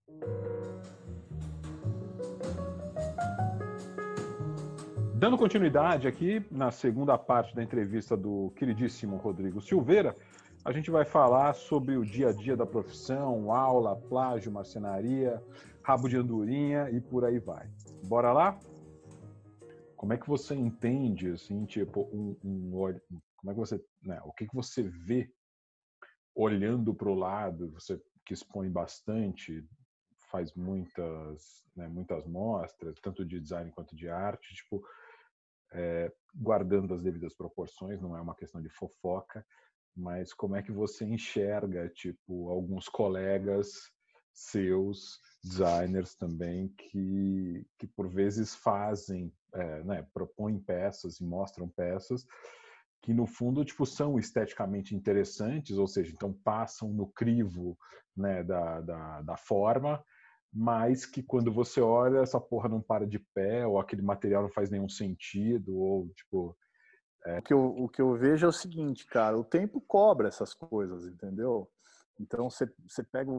Dando continuidade aqui na segunda parte da entrevista do queridíssimo Rodrigo Silveira, a gente vai falar sobre o dia a dia da profissão, aula, plágio, marcenaria, rabo de andorinha e por aí vai. Bora lá? Como é que você entende, assim, tipo, como é que você, né, o que você vê olhando para o lado, você que expõe bastante, faz muitas, né, muitas mostras, tanto de design quanto de arte, tipo, guardando as devidas proporções, não é uma questão de fofoca, mas como é que você enxerga, tipo, alguns colegas seus, designers também, que por vezes fazem, né, propõem peças e mostram peças que no fundo tipo são esteticamente interessantes, ou seja, então passam no crivo, né, da forma, mas que quando você olha essa porra não para de pé, ou aquele material não faz nenhum sentido, ou tipo... O que eu vejo é o seguinte, cara, o tempo cobra essas coisas, entendeu? Então você pega...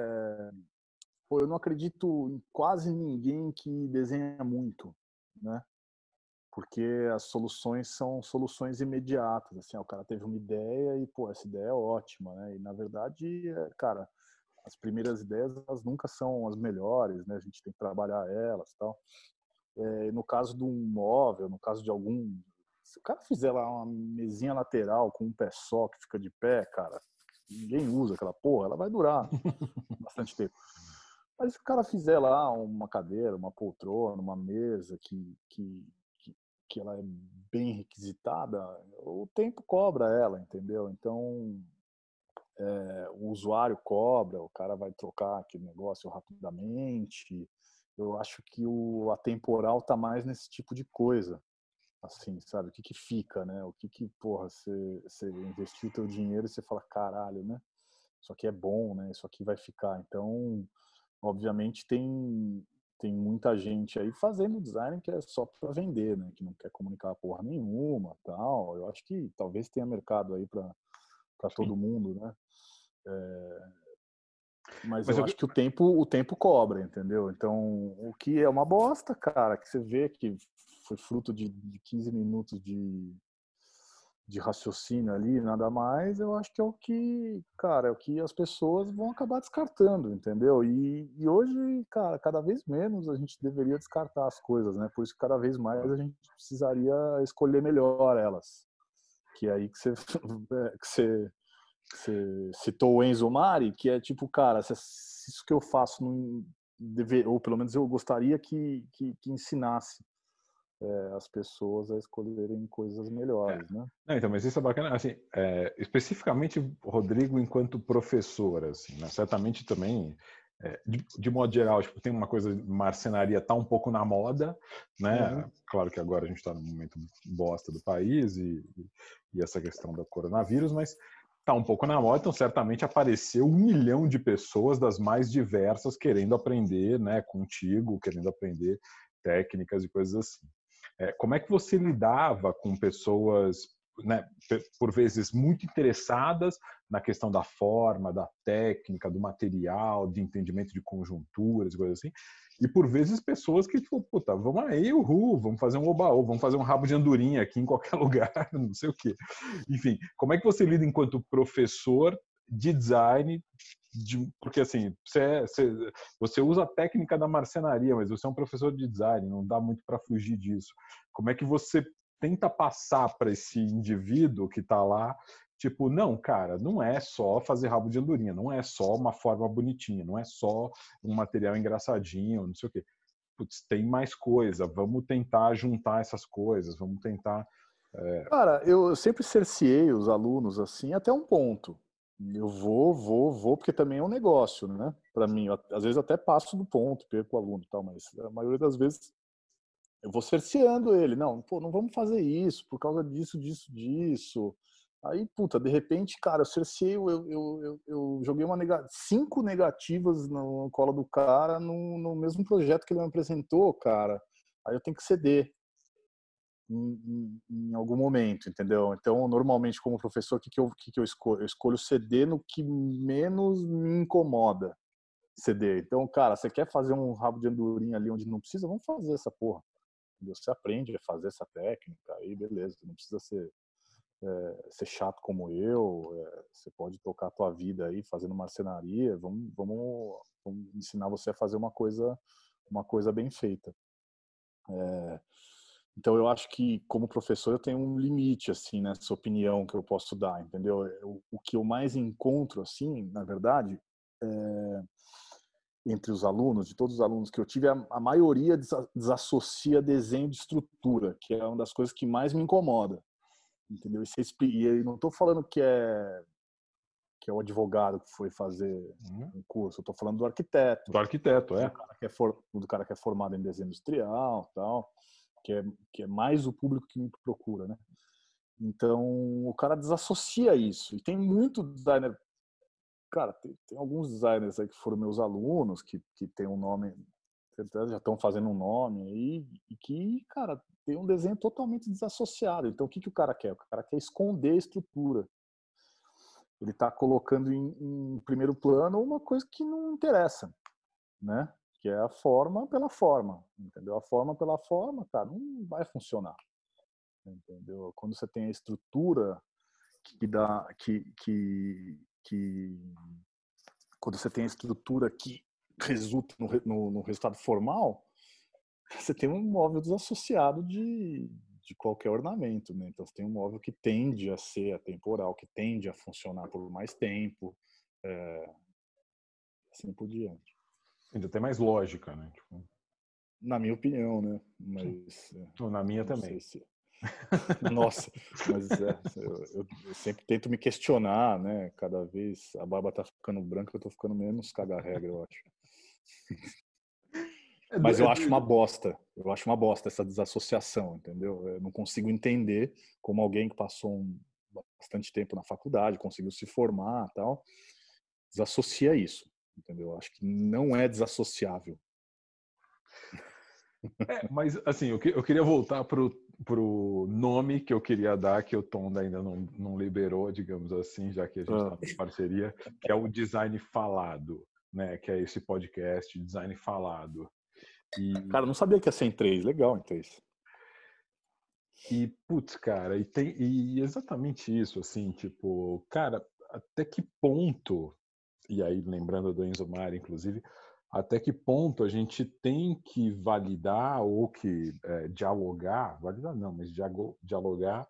eu não acredito em quase ninguém que desenha muito, né? Porque as soluções são soluções imediatas, assim, o cara teve uma ideia e, pô, essa ideia é ótima, né? E, na verdade, cara, as primeiras ideias, elas nunca são as melhores, né? A gente tem que trabalhar elas e tal. No caso de um móvel, no caso de algum... Se o cara fizer lá uma mesinha lateral com um pé só que fica de pé, cara, ninguém usa aquela porra, ela vai durar bastante tempo. Mas se o cara fizer lá uma cadeira, uma poltrona, uma mesa que ela é bem requisitada, o tempo cobra ela, entendeu? Então, o usuário cobra, o cara vai trocar aquele negócio rapidamente. Eu acho que o atemporal tá mais nesse tipo de coisa, assim, sabe? O que que fica, né? O que que, porra, você investiu o teu dinheiro e você fala, caralho, né? Isso aqui é bom, né? Isso aqui vai ficar. Então, obviamente tem muita gente aí fazendo design que é só para vender, né? Que não quer comunicar porra nenhuma, tal. Eu acho que talvez tenha mercado aí para todo mundo, né? Mas Mas eu eu... acho que o tempo cobra, entendeu? Então, o que é uma bosta, cara, que você vê que foi fruto de 15 minutos de raciocínio ali, nada mais, eu acho que é o que, cara, é o que as pessoas vão acabar descartando, entendeu? E hoje, cara, cada vez menos a gente deveria descartar as coisas, né? Por isso que cada vez mais a gente precisaria escolher melhor elas. Que é aí que você, que você citou o Enzo Mari, que é tipo, cara, se isso que eu faço não deve, ou pelo menos eu gostaria que ensinasse as pessoas a escolherem coisas melhores, né? Não, então, mas isso é bacana, assim, especificamente Rodrigo enquanto professor, assim, né? Certamente também, de modo geral, tipo, tem uma coisa, marcenaria tá um pouco na moda, né? Uhum. Claro que agora a gente está num momento bosta do país e essa questão do coronavírus, mas tá um pouco na moda, então certamente apareceu 1 milhão de pessoas das mais diversas querendo aprender, né, contigo, querendo aprender técnicas e coisas assim. Como é que você lidava com pessoas, né, por vezes muito interessadas na questão da forma, da técnica, do material, de entendimento de conjunturas, coisas assim, e por vezes pessoas que, tipo, puta, vamos aí, uhul, vamos fazer um oba-oba, vamos fazer um rabo de andorinha aqui em qualquer lugar, não sei o quê. Enfim, como é que você lida enquanto professor de design, porque assim, você usa a técnica da marcenaria, mas você é um professor de design, não dá muito para fugir disso. Como é que você tenta passar para esse indivíduo que está lá, tipo, não, cara, não é só fazer rabo de andorinha, não é só uma forma bonitinha, não é só um material engraçadinho, não sei o quê. Putz, tem mais coisa, vamos tentar juntar essas coisas, vamos tentar... Cara, eu sempre cerceei os alunos assim até um ponto. Eu vou, porque também é um negócio, né? Para mim, às vezes até passo do ponto, perco o aluno e tal, mas a maioria das vezes eu vou cerceando ele. Não, pô, não vamos fazer isso por causa disso, disso, disso. Aí, puta, de repente, cara, eu cerceei, eu joguei 5 negativas no colo do cara no mesmo projeto que ele me apresentou, cara. Aí eu tenho que ceder em algum momento, entendeu? Então, normalmente, como professor, o que eu escolho? Eu escolho ceder no que menos me incomoda, CD. Então, cara, você quer fazer um rabo de andorinha ali onde não precisa? Vamos fazer essa porra. Entendeu? Você aprende a fazer essa técnica, aí beleza, não precisa ser chato como eu, você pode tocar a tua vida aí fazendo marcenaria, vamos ensinar você a fazer uma coisa bem feita. Então eu acho que como professor eu tenho um limite assim nessa opinião que eu posso dar, entendeu? O que eu mais encontro assim, na verdade, entre os alunos, de todos os alunos que eu tive, a maioria desassocia desenho de estrutura, que é uma das coisas que mais me incomoda, entendeu? E eu não estou falando que é o advogado que foi fazer um curso, eu estou falando do arquiteto. Do arquiteto, Do cara que é formado em desenho industrial, tal, que é mais o público que me procura, né? Então, o cara desassocia isso. E tem muito designer. Cara, tem alguns designers aí que foram meus alunos, que tem um nome, já estão fazendo um nome aí, e que, cara, tem um desenho totalmente desassociado. Então, o que o cara quer? O cara quer esconder a estrutura. Ele está colocando em primeiro plano uma coisa que não interessa, né? Que é a forma pela forma, entendeu? A forma pela forma, cara, não vai funcionar, entendeu? Quando você tem a estrutura que dá, quando você tem a estrutura que resulta no resultado formal, você tem um móvel desassociado de qualquer ornamento, né? Então você tem um móvel que tende a ser atemporal, que tende a funcionar por mais tempo, assim por diante. ainda tem mais lógica, né? Tipo, Na minha opinião, né? Mas na minha não sei também. se. Nossa, mas eu sempre tento me questionar, né? Cada vez a barba tá ficando branca, eu tô ficando menos caga-regra, eu acho. Mas eu acho uma bosta. Eu acho uma bosta essa desassociação, entendeu? Eu não consigo entender como alguém que passou bastante tempo na faculdade, conseguiu se formar, tal, desassocia isso, entendeu? Eu acho que não é desassociável. Mas, assim, eu queria voltar pro nome que eu queria dar, que o Tom ainda não liberou, digamos assim, já que a gente está em parceria, que é o Design Falado, né? Que é esse podcast, Design Falado. Cara, eu não sabia que ia ser em 3. Legal em 3. E, putz, cara, e exatamente isso, assim, tipo, cara, até que ponto, e aí lembrando do Enzo Mari, inclusive, até que ponto a gente tem que validar ou que dialogar, validar não, mas dialogar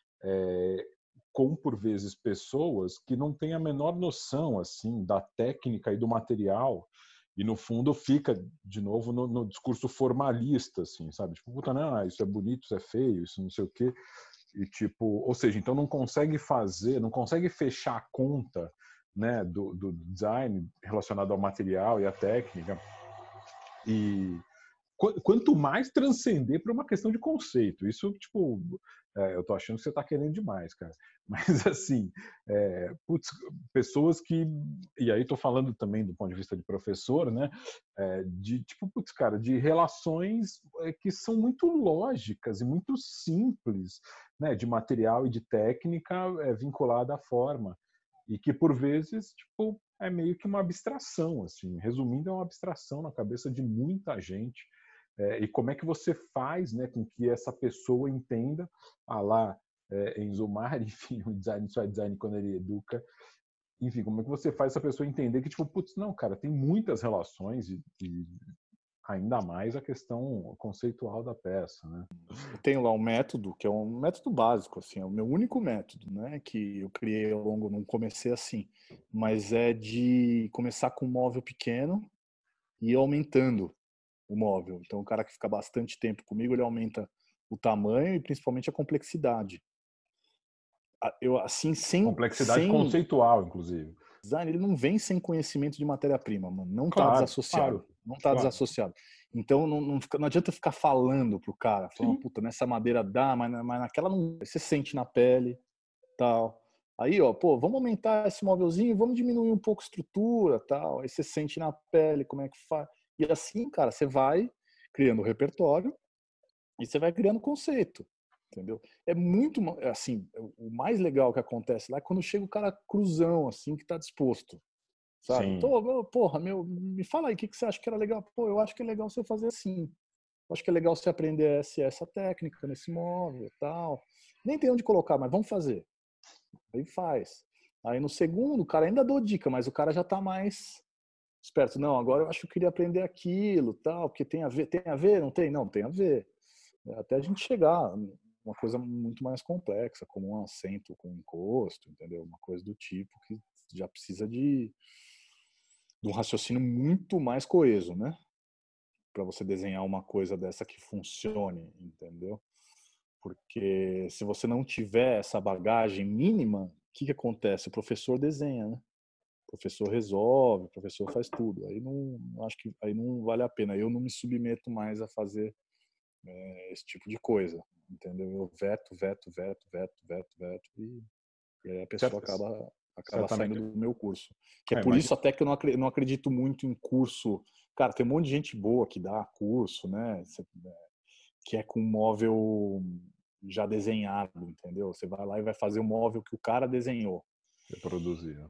com, por vezes, pessoas que não têm a menor noção, assim, da técnica e do material, e no fundo fica, de novo, no discurso formalista, assim, sabe? Tipo, puta, não, isso é bonito, isso é feio, isso não sei o quê. E tipo, ou seja, então não consegue não consegue fechar a conta, né, do design relacionado ao material e à técnica. E quanto mais transcender para uma questão de conceito. Isso, tipo, eu tô achando que você tá querendo demais, cara. Mas, assim, putz, pessoas que. E aí tô falando também do ponto de vista de professor, né? De, tipo, putz, cara, de relações que são muito lógicas e muito simples, né? De material e de técnica vinculada à forma. E que, por vezes, tipo, é meio que uma abstração, assim. Resumindo, é uma abstração na cabeça de muita gente. E como é que você faz, né, com que essa pessoa entenda, lá, Enzo Mari, enfim, o design só é design quando ele educa, enfim, como é que você faz essa pessoa entender que, tipo, putz, não, cara, tem muitas relações e ainda mais a questão conceitual da peça, né? Eu tenho lá um método, que é um método básico, assim, é o meu único método, né, que eu criei ao longo, não comecei assim, mas é de começar com um móvel pequeno e ir aumentando o móvel. Então, o cara que fica bastante tempo comigo, ele aumenta o tamanho e principalmente a complexidade. Eu, assim, Complexidade sem conceitual, inclusive. design, ele não vem sem conhecimento de matéria-prima, mano. Não tá Claro, desassociado. claro, Não tá claro. desassociado. Então, não adianta ficar falando pro cara, falando, Sim. puta, nessa madeira dá, mas naquela não. Você sente na pele, tal. Aí, ó, pô, vamos aumentar esse móvelzinho, vamos diminuir um pouco a estrutura, tal. Aí você sente na pele como é que faz. E assim, cara, você vai criando o repertório e você vai criando conceito, entendeu? É muito, assim, o mais legal que acontece lá é quando chega o cara cruzão, assim, que tá disposto. sabe? Sim. Porra, me fala aí, o que você acha que era legal? Pô, eu acho que é legal você fazer assim. Eu acho que é legal você aprender essa técnica nesse móvel e tal. Nem tem onde colocar, mas vamos fazer. Aí faz. Aí no segundo, o cara ainda dou dica, mas o cara já tá mais esperto. Não, agora eu acho que eu queria aprender aquilo, tal, porque tem a ver, não tem? Não, tem a ver. Até a gente chegar uma coisa muito mais complexa, como um assento com encosto, entendeu? Uma coisa do tipo que já precisa de um raciocínio muito mais coeso, né? Para você desenhar uma coisa dessa que funcione, entendeu? Porque se você não tiver essa bagagem mínima, o que acontece? O professor desenha, né? O professor resolve, o professor faz tudo. Aí não, acho que aí não vale a pena. Eu não me submeto mais a fazer esse tipo de coisa, entendeu? Eu veto e aí a pessoa acaba saindo Certamente. do meu curso. Que é por Imagina. isso até que eu não acredito muito em curso. Cara, tem um monte de gente boa que dá curso, né? Que é com móvel já desenhado, entendeu? Você vai lá e vai fazer o móvel que o cara desenhou. Reproduzir.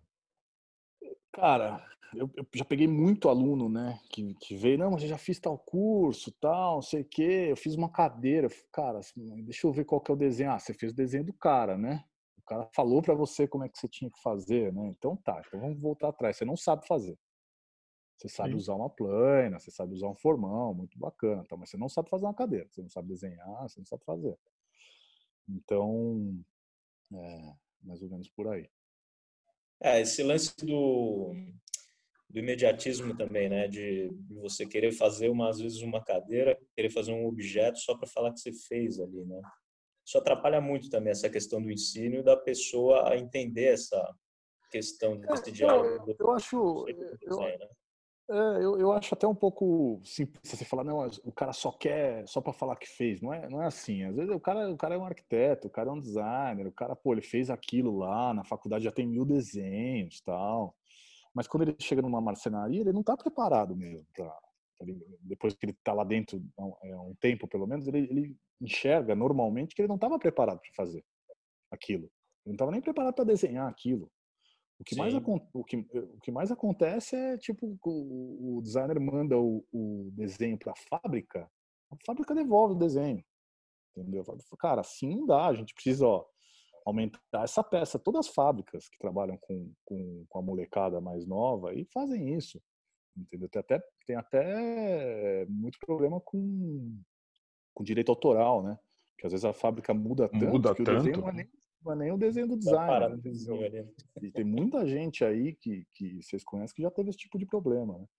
Cara, eu já peguei muito aluno, né, que veio, não, mas eu já fiz tal curso, tal, não sei o quê, eu fiz uma cadeira. Cara, assim, deixa eu ver qual que é o desenho. Ah, você fez o desenho do cara, né? O cara falou pra você como é que você tinha que fazer, né? Então tá, então vamos voltar atrás. Você não sabe fazer. Você sabe Sim. usar uma plana, você sabe usar um formão, muito bacana, tá? Mas você não sabe fazer uma cadeira, você não sabe desenhar, você não sabe fazer. Então, mais ou menos por aí. Esse lance do imediatismo também, né? De você querer fazer às vezes uma cadeira, querer fazer um objeto só para falar que você fez ali, né? Isso atrapalha muito também essa questão do ensino e da pessoa a entender essa questão desse diálogo do Eu acho, conceito do design, né? eu acho até um pouco simples você falar, não, o cara só quer, só para falar que fez. Não é assim. Às vezes o cara é um arquiteto, o cara é um designer, o cara, pô, ele fez aquilo lá, na faculdade já tem 1000 desenhos tal. Mas quando ele chega numa marcenaria, ele não está preparado mesmo para. Depois que ele está lá dentro um tempo, pelo menos, ele enxerga normalmente que ele não estava preparado para fazer aquilo. Ele não estava nem preparado para desenhar aquilo. Sim, O que mais acontece é, tipo, o designer manda o desenho para a fábrica devolve o desenho, entendeu? Cara, assim não dá, a gente precisa, ó, aumentar essa peça. Todas as fábricas que trabalham com a molecada mais nova e fazem isso, entendeu? Tem até muito problema com direito autoral, né? Porque às vezes a fábrica muda tanto Muda que o desenho tanto. não é nem o desenho do dá designer, parâmetro entendeu? ali, né? E tem muita gente aí que vocês conhecem que já teve esse tipo de problema, né?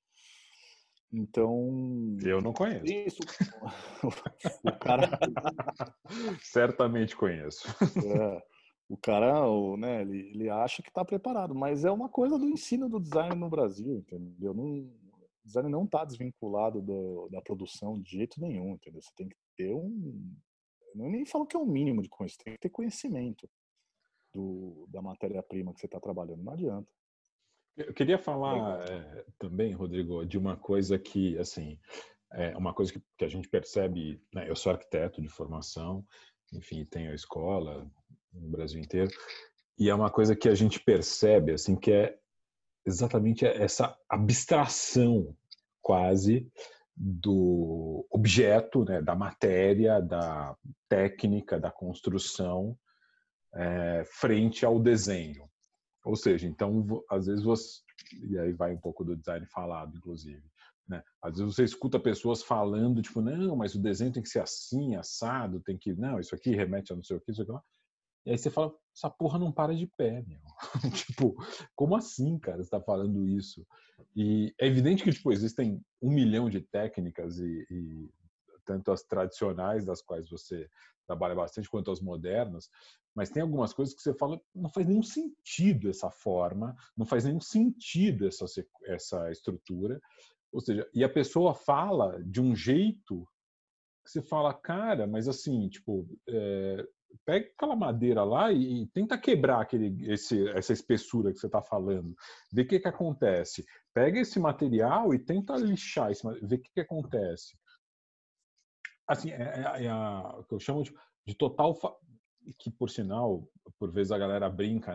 Então, Eu não conheço. isso, o cara, Certamente conheço. é, né, ele acha que está preparado, mas é uma coisa do ensino do design no Brasil, entendeu? O design não está desvinculado da produção de jeito nenhum, entendeu? Você tem que ter eu nem falo que é um mínimo de conhecimento, tem que ter conhecimento da matéria-prima que você está trabalhando, não adianta. Eu queria falar Legal. também, Rodrigo, de uma coisa que, assim, é uma coisa que a gente percebe, né? Eu sou arquiteto de formação, enfim, tenho a escola no Brasil inteiro, e é uma coisa que a gente percebe, assim, que é exatamente essa abstração quase do objeto, né, da matéria, da técnica, da construção, frente ao desenho. Ou seja, então, às vezes você. E aí vai um pouco do design falado, inclusive. Né? Às vezes você escuta pessoas falando, tipo, não, mas o desenho tem que ser assim, assado, tem que. Não, isso aqui remete a não sei o que, isso aqui lá. E aí você fala, essa porra não para de pé, meu. Tipo, como assim, cara, você está falando isso? E é evidente que, tipo, existem 1 milhão de técnicas e tanto as tradicionais, das quais você trabalha bastante, quanto as modernas, mas tem algumas coisas que você fala, não faz nenhum sentido essa forma, não faz nenhum sentido essa estrutura, ou seja, e a pessoa fala de um jeito que você fala, cara, mas assim, tipo, pega aquela madeira lá e tenta quebrar essa espessura que você está falando, vê o que acontece. Pega esse material e tenta lixar, vê o que acontece. Assim, o que eu chamo de total, que por sinal, por vezes a galera brinca, né?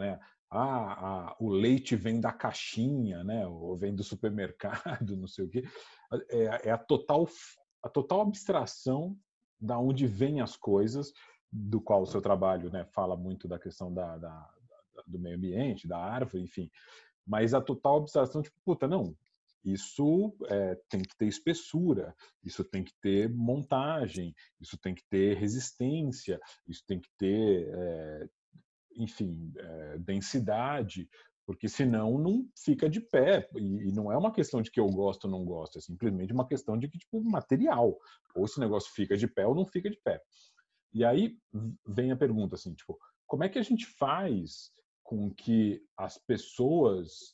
o leite vem da caixinha, né? Ou vem do supermercado, não sei o quê. É a total abstração da onde vêm as coisas, do qual o seu trabalho, né, fala muito da questão do meio ambiente, da árvore, enfim. Mas a total abstração, tipo, puta, não, isso tem que ter espessura, isso tem que ter montagem, isso tem que ter resistência, isso tem que ter, enfim, densidade, porque senão não fica de pé. E não é uma questão de que eu gosto ou não gosto, é simplesmente uma questão de que, tipo, material. Ou esse negócio fica de pé ou não fica de pé. E aí vem a pergunta, assim, tipo, como é que a gente faz com que as pessoas,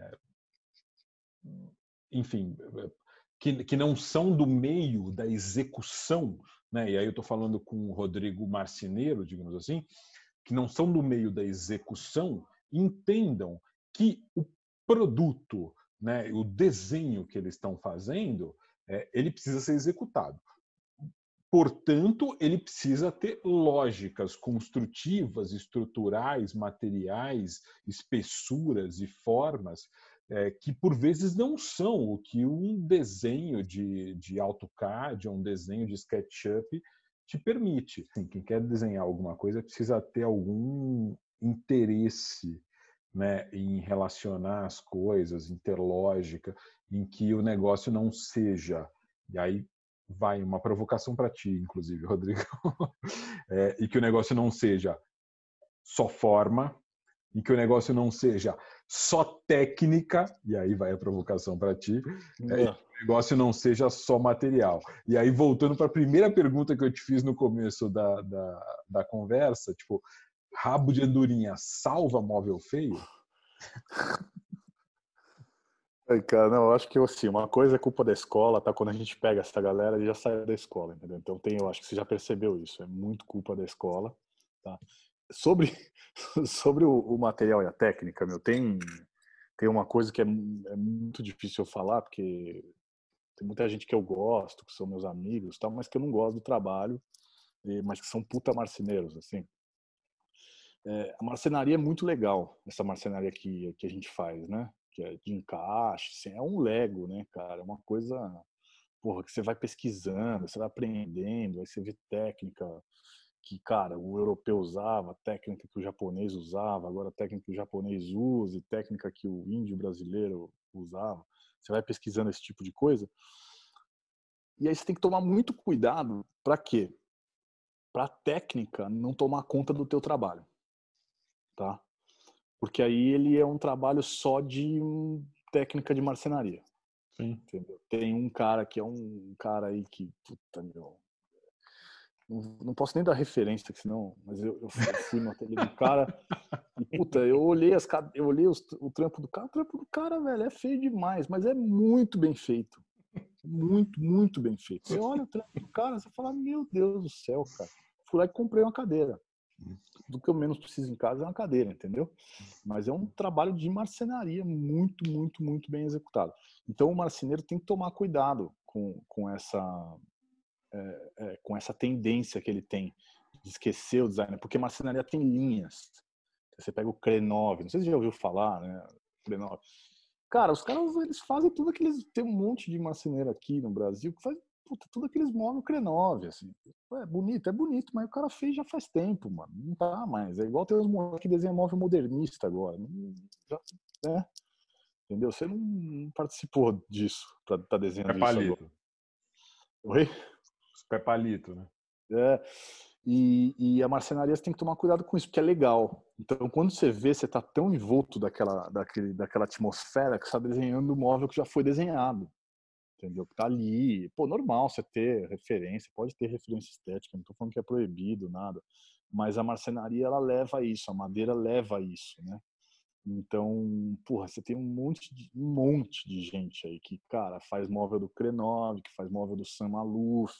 enfim, que não são do meio da execução, né? E aí eu estou falando com o Rodrigo Marceneiro, digamos assim, que não são do meio da execução, entendam que o produto, né, o desenho que eles estão fazendo, ele precisa ser executado. Portanto, ele precisa ter lógicas construtivas, estruturais, materiais, espessuras e formas que, por vezes, não são o que um desenho de AutoCAD, um desenho de SketchUp te permite. Assim, quem quer desenhar alguma coisa precisa ter algum interesse, né, em relacionar as coisas, em ter lógica, em que o negócio não seja... E aí vai uma provocação para ti, inclusive, Rodrigo, e que o negócio não seja só forma, e que o negócio não seja só técnica, e aí vai a provocação para ti, e que o negócio não seja só material. E aí, voltando para a primeira pergunta que eu te fiz no começo da conversa, tipo, rabo de andorinha salva móvel feio? Cara, não, eu acho que assim, uma coisa é culpa da escola, tá? Quando a gente pega essa galera, já sai da escola, entendeu? Então eu acho que você já percebeu isso, é muito culpa da escola, tá? Sobre, sobre o material e a técnica, meu, tem uma coisa que é muito difícil eu falar, porque tem muita gente que eu gosto, que são meus amigos, tal, mas que eu não gosto do trabalho, mas que são puta marceneiros, assim. A marcenaria é muito legal, essa marcenaria que a gente faz, né? Que é de encaixe, assim, é um Lego, né, cara? É uma coisa, porra, que você vai pesquisando, você vai aprendendo, aí você vê técnica que, cara, o europeu usava, técnica que o japonês usava, agora técnica que o japonês usa, e técnica que o índio brasileiro usava. Você vai pesquisando esse tipo de coisa. E aí você tem que tomar muito cuidado, para quê? Para a técnica não tomar conta do teu trabalho, tá? Porque aí ele é um trabalho só de técnica de marcenaria. Sim. Entendeu? Tem um cara que é um cara aí que, puta, meu, não posso nem dar referência, senão, mas eu fui no ateliê do cara e, puta, eu olhei o trampo do cara, velho, é feio demais, mas é muito bem feito. Muito, muito bem feito. Você olha o trampo do cara, você fala, meu Deus do céu, cara. Fui lá e comprei uma cadeira. Do que eu menos preciso em casa é uma cadeira, entendeu? Mas é um trabalho de marcenaria muito, muito, muito bem executado. Então o marceneiro tem que tomar cuidado com essa tendência que ele tem de esquecer o design, porque marcenaria tem linhas. Você pega o Krenov, não sei se você já ouviu falar, né? Krenov. Cara, os caras, eles fazem tudo aqueles... Tem um monte de marceneiro aqui no Brasil que faz tudo aqueles móveis Krenov, assim. É bonito, mas o cara fez já faz tempo, mano. Não tá mais. É igual tem uns moleques que desenham móvel modernista agora. Já, né? Entendeu? Você não participou disso pra estar desenhando Pé isso agora. palito. Oi? Pé palito, né? É. E a marcenaria você tem que tomar cuidado com isso, porque é legal. Então, quando você vê, você tá tão envolto daquela atmosfera que você tá desenhando um móvel que já foi desenhado. Entendeu? Que tá ali. Pô, normal você ter referência, pode ter referência estética, não tô falando que é proibido, nada. Mas a marcenaria, ela leva isso, a madeira leva isso, né? Então, porra, você tem um monte de gente aí que, cara, faz móvel do Krenov, que faz móvel do Sam Maluf,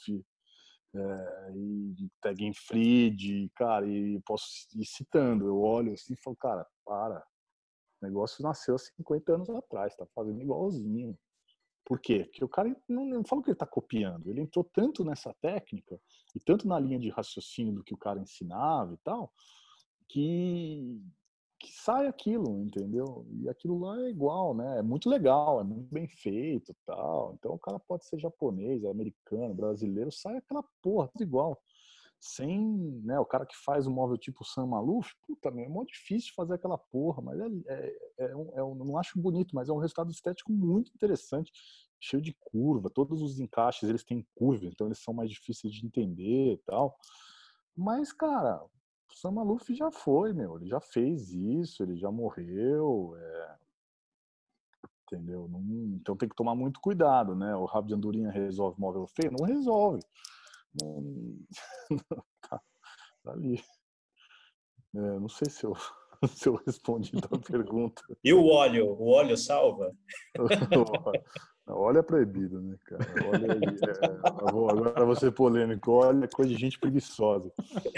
e Tegen Fried, cara, e posso ir citando. Eu olho assim e falo, cara, para. O negócio nasceu há 50 anos atrás, tá fazendo igualzinho. Por quê? Porque o cara não fala que ele está copiando, ele entrou tanto nessa técnica e tanto na linha de raciocínio do que o cara ensinava e tal, que que sai aquilo, entendeu? E aquilo lá é igual, né? É muito legal, é muito bem feito, tal. Então o cara pode ser japonês, americano, brasileiro, sai aquela porra, tudo igual. Sem, né, o cara que faz um móvel tipo Sam Maluf, puta, meu, é mó difícil fazer aquela porra, mas não acho bonito, mas é um resultado estético muito interessante, cheio de curva, todos os encaixes eles têm curva, então eles são mais difíceis de entender e tal. Mas, cara, o Sam Maluf já foi, meu, ele já fez isso, ele já morreu, entendeu? Então tem que tomar muito cuidado, né? O rabo de andorinha resolve móvel feio? Não resolve. Não, tá ali. Não sei se eu, se eu respondi a tua pergunta. E o óleo? O óleo salva? Óleo é proibido, né, cara? Agora eu vou ser polêmico. Óleo é coisa de gente preguiçosa.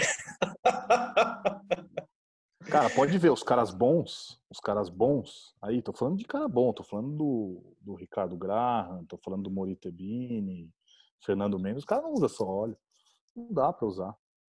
Cara, pode ver os caras bons. Aí, tô falando de cara bom, tô falando do Ricardo Graham, tô falando do Maurizio Tebini, Fernando Mendes. Os caras não usam só óleo. Não dá pra usar.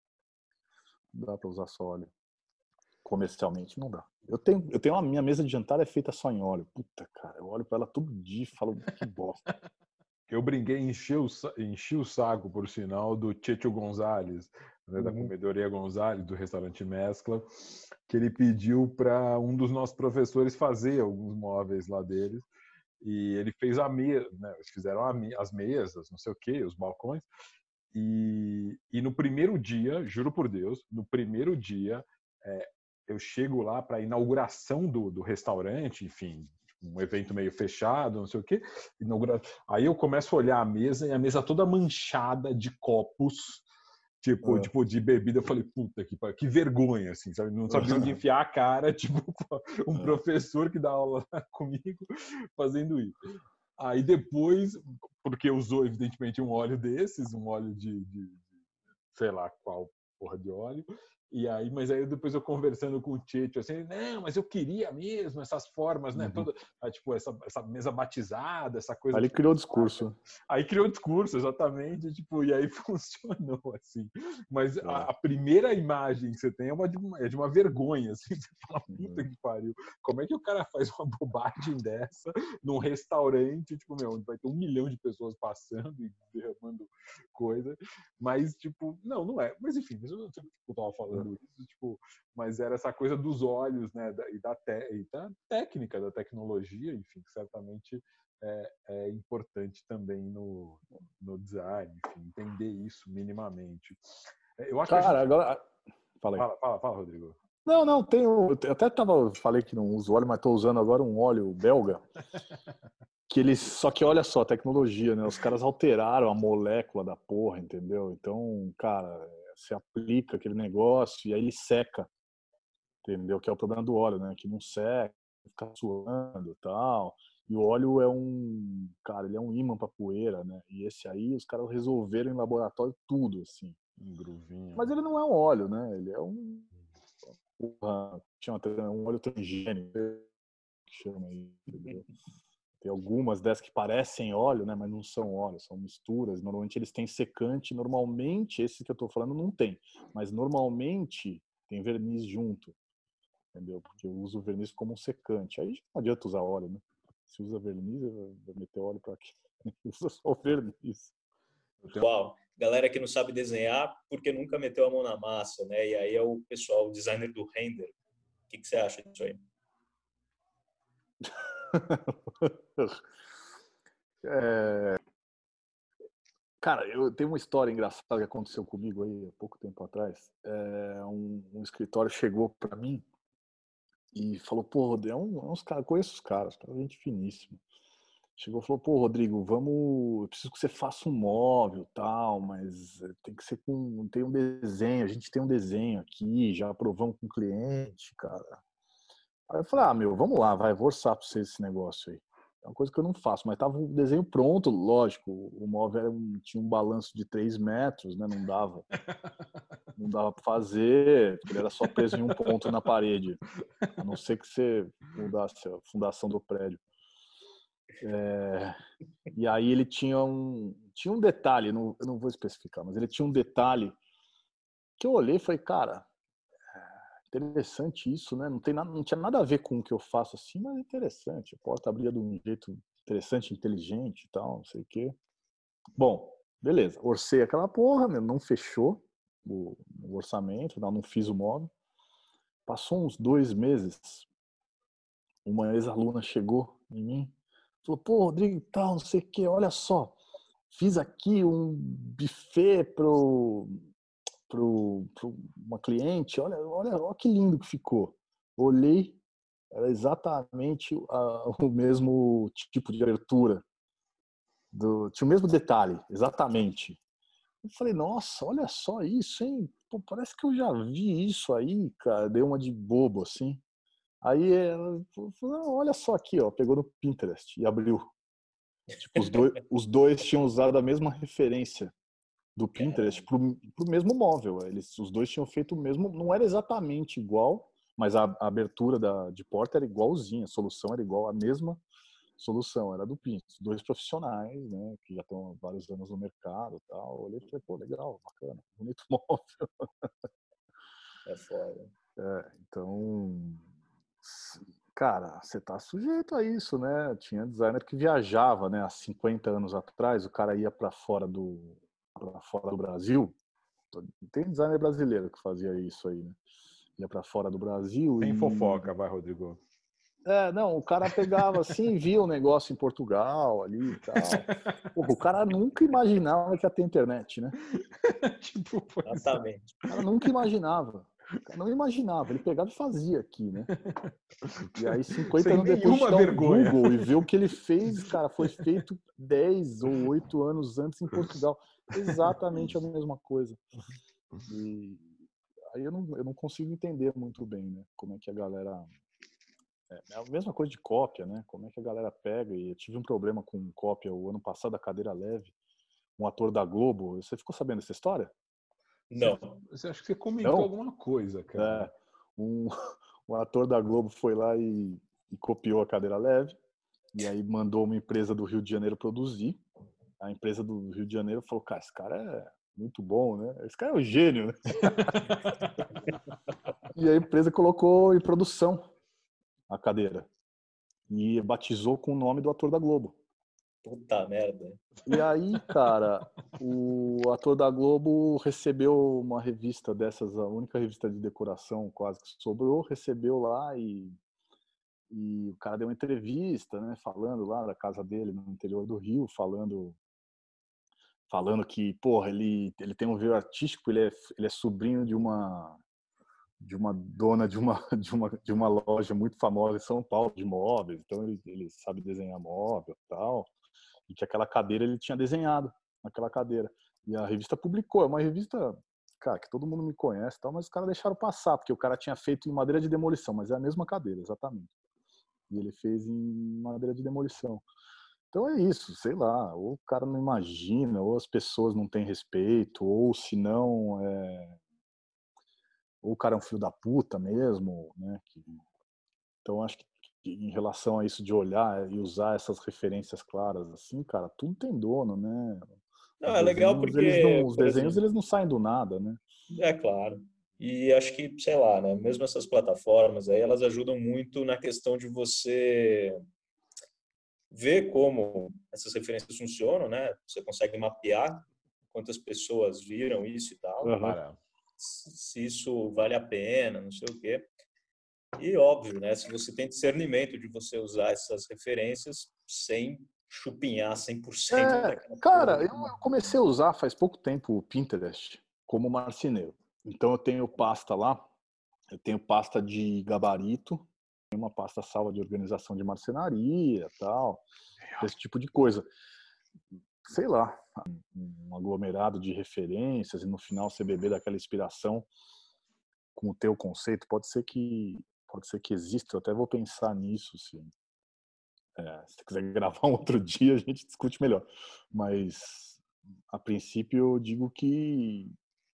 Não dá pra usar só óleo. Comercialmente não dá. Eu tenho a minha mesa de jantar é feita só em óleo. Puta, cara, eu olho pra ela todo dia e falo que bosta. Eu brinquei, enchi o saco, por sinal, do Checho Gonzalez, né, da Comedoria Gonzalez, do restaurante Mescla, que ele pediu para um dos nossos professores fazer alguns móveis lá deles. E ele fez a mesa, né, eles fizeram as mesas, não sei o quê, os balcões. E no primeiro dia, juro por Deus, no primeiro dia, eu chego lá para a inauguração do restaurante, enfim, um evento meio fechado, não sei o quê. Aí eu começo a olhar a mesa e a mesa toda manchada de copos, tipo de bebida. Eu falei, puta que vergonha, assim, sabe? Não sabia onde enfiar a cara, tipo, um professor que dá aula comigo fazendo isso. Aí depois, porque usou evidentemente um óleo desses, um óleo de sei lá qual porra de óleo. E aí, mas aí depois eu conversando com o Tito, assim, não, mas eu queria mesmo essas formas, né? Toda, tipo, essa mesa batizada, essa coisa. Aí ele criou o discurso. Aí criou o discurso, exatamente, tipo, e aí funcionou, assim. Mas a primeira imagem que você tem é de uma vergonha, assim. Você fala, puta que pariu. Como é que o cara faz uma bobagem dessa num restaurante, tipo, meu, onde vai ter 1 milhão de pessoas passando e derramando coisa. Mas, tipo, não é. Mas, enfim, eu não sei porque eu tava falando isso, tipo, mas era essa coisa dos olhos, né, e da técnica, da tecnologia, enfim, que certamente é importante também no design, enfim, entender isso minimamente. Eu acho Cara, que a gente... agora... Fala aí. Fala, Rodrigo. Não, eu até falei que não uso óleo, mas tô usando agora um óleo belga. Só que olha só, a tecnologia, né? Os caras alteraram a molécula da porra, entendeu? Então, cara, se aplica aquele negócio e aí ele seca, entendeu? Que é o problema do óleo, né? Que não seca, fica suando e tal. E o óleo cara, ele é um ímã pra poeira, né? E esse aí, os caras resolveram em laboratório tudo, assim. Um gruvinho. Mas ele não é um óleo, né? Ele é chama um óleo transgênico, que chama aí, entendeu? Tem algumas dessas que parecem óleo, né, mas não são óleo, são misturas. Normalmente eles têm secante, normalmente esse que eu tô falando não tem, mas normalmente tem verniz junto, entendeu? Porque eu uso o verniz como um secante. Aí não adianta usar óleo, né? Se usa verniz, vai meter óleo para quê? Usa só o verniz. Uau, galera que não sabe desenhar porque nunca meteu a mão na massa, né? E aí é o pessoal, o designer do render. O que você acha disso aí? Cara, eu tenho uma história engraçada que aconteceu comigo aí há pouco tempo atrás. Um escritório chegou para mim e falou, pô, Rodrigo, uns caras, conheço os caras, gente finíssimo. Chegou e falou, pô, Rodrigo, eu preciso que você faça um móvel, tal, mas tem que ser tem um desenho, a gente tem um desenho aqui, já aprovamos com o cliente, cara. Aí eu falei, vamos lá, vou orçar pra você esse negócio aí. É uma coisa que eu não faço, mas tava o desenho pronto, lógico, o móvel tinha um balanço de 3 metros, né, não dava pra fazer, porque ele era só preso em um ponto na parede, a não ser que você mudasse a fundação do prédio. E aí ele tinha um detalhe, eu não vou especificar, mas ele tinha um detalhe que eu olhei e falei, cara, interessante isso, né? Não tinha nada a ver com o que eu faço assim, mas é interessante. A porta abria de um jeito interessante, inteligente e tal, não sei o quê. Bom, beleza. Orcei aquela porra, meu, não fechou o orçamento, não fiz o móvel. Passou uns 2 meses, uma ex-aluna chegou em mim, falou, pô, Rodrigo, tal, não sei o quê, olha só, fiz aqui um buffet pro uma cliente, olha que lindo que ficou. Olhei, era exatamente o mesmo tipo de abertura, tinha o mesmo detalhe, exatamente. Eu falei, nossa, olha só isso, hein? Pô, parece que eu já vi isso aí, cara. Deu uma de bobo, assim. Aí ela falou, ah, olha só aqui, ó. Pegou no Pinterest e abriu. Tipo, os dois tinham usado a mesma referência do Pinterest pro mesmo móvel. Os dois tinham feito o mesmo, não era exatamente igual, mas a abertura de porta era igualzinha, a solução era igual, a mesma solução, era do Pinterest. 2 profissionais, né, que já estão há vários anos no mercado e tal. Eu olhei e falei, pô, legal, bacana, bonito móvel. É foda. Então, cara, você tá sujeito a isso, né? Tinha designer que viajava, né, há 50 anos atrás, o cara ia para fora do Brasil. Tem designer brasileiro que fazia isso aí, né? Ia para fora do Brasil Sem e fofoca, vai, Rodrigo. não, o cara pegava assim, via um negócio em Portugal ali e tal. Porra, o cara nunca imaginava que ia ter internet, né? Tipo, Exatamente. O cara nunca imaginava. O cara não imaginava, ele pegava e fazia aqui, né? E aí, 50 sem anos depois, de nenhuma dar um vergonha. Google e ver o que ele fez, cara, foi feito 10 ou 8 anos antes em Portugal. Exatamente a mesma coisa. E aí eu não consigo entender muito bem, né? Como é que a galera... É a mesma coisa de cópia, né? Como é que a galera pega, e eu tive um problema com cópia o ano passado, a Cadeira Leve, um ator da Globo. Você ficou sabendo dessa história? Não. Você acha que você comentou Não? alguma coisa, cara? Um ator da Globo foi lá e copiou a Cadeira Leve, e aí mandou uma empresa do Rio de Janeiro produzir. A empresa do Rio de Janeiro falou, cara, esse cara é muito bom, né? Esse cara é um gênio, né? E a empresa colocou em produção a cadeira e batizou com o nome do ator da Globo. Puta merda. E aí, cara, o ator da Globo recebeu uma revista dessas, a única revista de decoração quase que sobrou, recebeu lá e o cara deu uma entrevista, né, falando lá da casa dele no interior do Rio, falando que, porra, ele tem um veio artístico, ele é sobrinho de uma dona de uma loja muito famosa em São Paulo de móveis, então ele sabe desenhar móvel e tal, e que aquela cadeira ele tinha desenhado naquela cadeira. E a revista publicou, é uma revista, cara, que todo mundo me conhece e tal, mas os caras deixaram passar, porque o cara tinha feito em madeira de demolição, mas é a mesma cadeira, exatamente. E ele fez em madeira de demolição. Então é isso, sei lá, ou o cara não imagina, ou as pessoas não têm respeito, ou se não, ou o cara é um filho da puta mesmo, né? Então acho que em relação a isso de olhar e usar essas referências claras, assim, cara, tudo tem dono, né? Não, é legal porque, Os por desenhos exemplo, eles não saem do nada, né? é claro. E acho que, sei lá, né, mesmo essas plataformas aí, elas ajudam muito na questão de você ver como essas referências funcionam, né? Você consegue mapear quantas pessoas viram isso e tal, Uhum. se isso vale a pena, não sei o quê. E óbvio, né, se você tem discernimento de você usar essas referências sem chupinhar 100% daquela Cara, porra. eu comecei a usar faz pouco tempo o Pinterest como marceneiro. Então eu tenho pasta lá, eu tenho pasta de gabarito, tenho uma pasta salva de organização de marcenaria, tal, esse tipo de coisa. Sei lá, um aglomerado de referências e no final você beber daquela inspiração com o teu conceito, pode ser que exista, eu até vou pensar nisso, se você quiser gravar um outro dia a gente discute melhor, mas a princípio eu digo que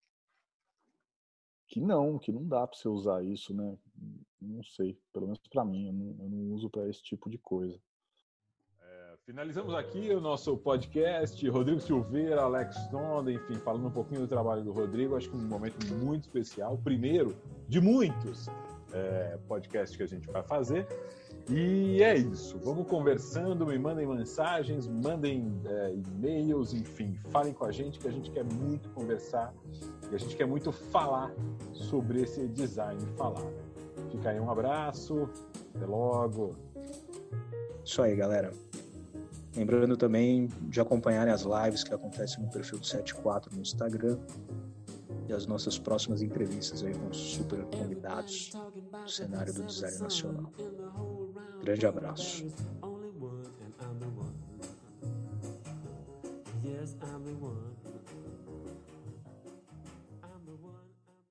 não dá para você usar isso, né? Não sei, pelo menos para mim, eu não uso para esse tipo de coisa. Finalizamos aqui o nosso podcast. Rodrigo Silveira, Alex Sonda, enfim, falando um pouquinho do trabalho do Rodrigo. Acho que um momento muito especial. Primeiro de muitos podcasts que a gente vai fazer. E é isso, vamos conversando, me mandem mensagens, mandem e-mails, enfim, falem com a gente, que a gente quer muito conversar e a gente quer muito falar sobre esse design falado. Fica aí, um abraço, até logo. Isso aí, galera. Lembrando também de acompanharem as lives que acontecem no perfil do 74 no Instagram e as nossas próximas entrevistas aí com super convidados do cenário do design nacional. Grande abraço. Yes, I'm the one.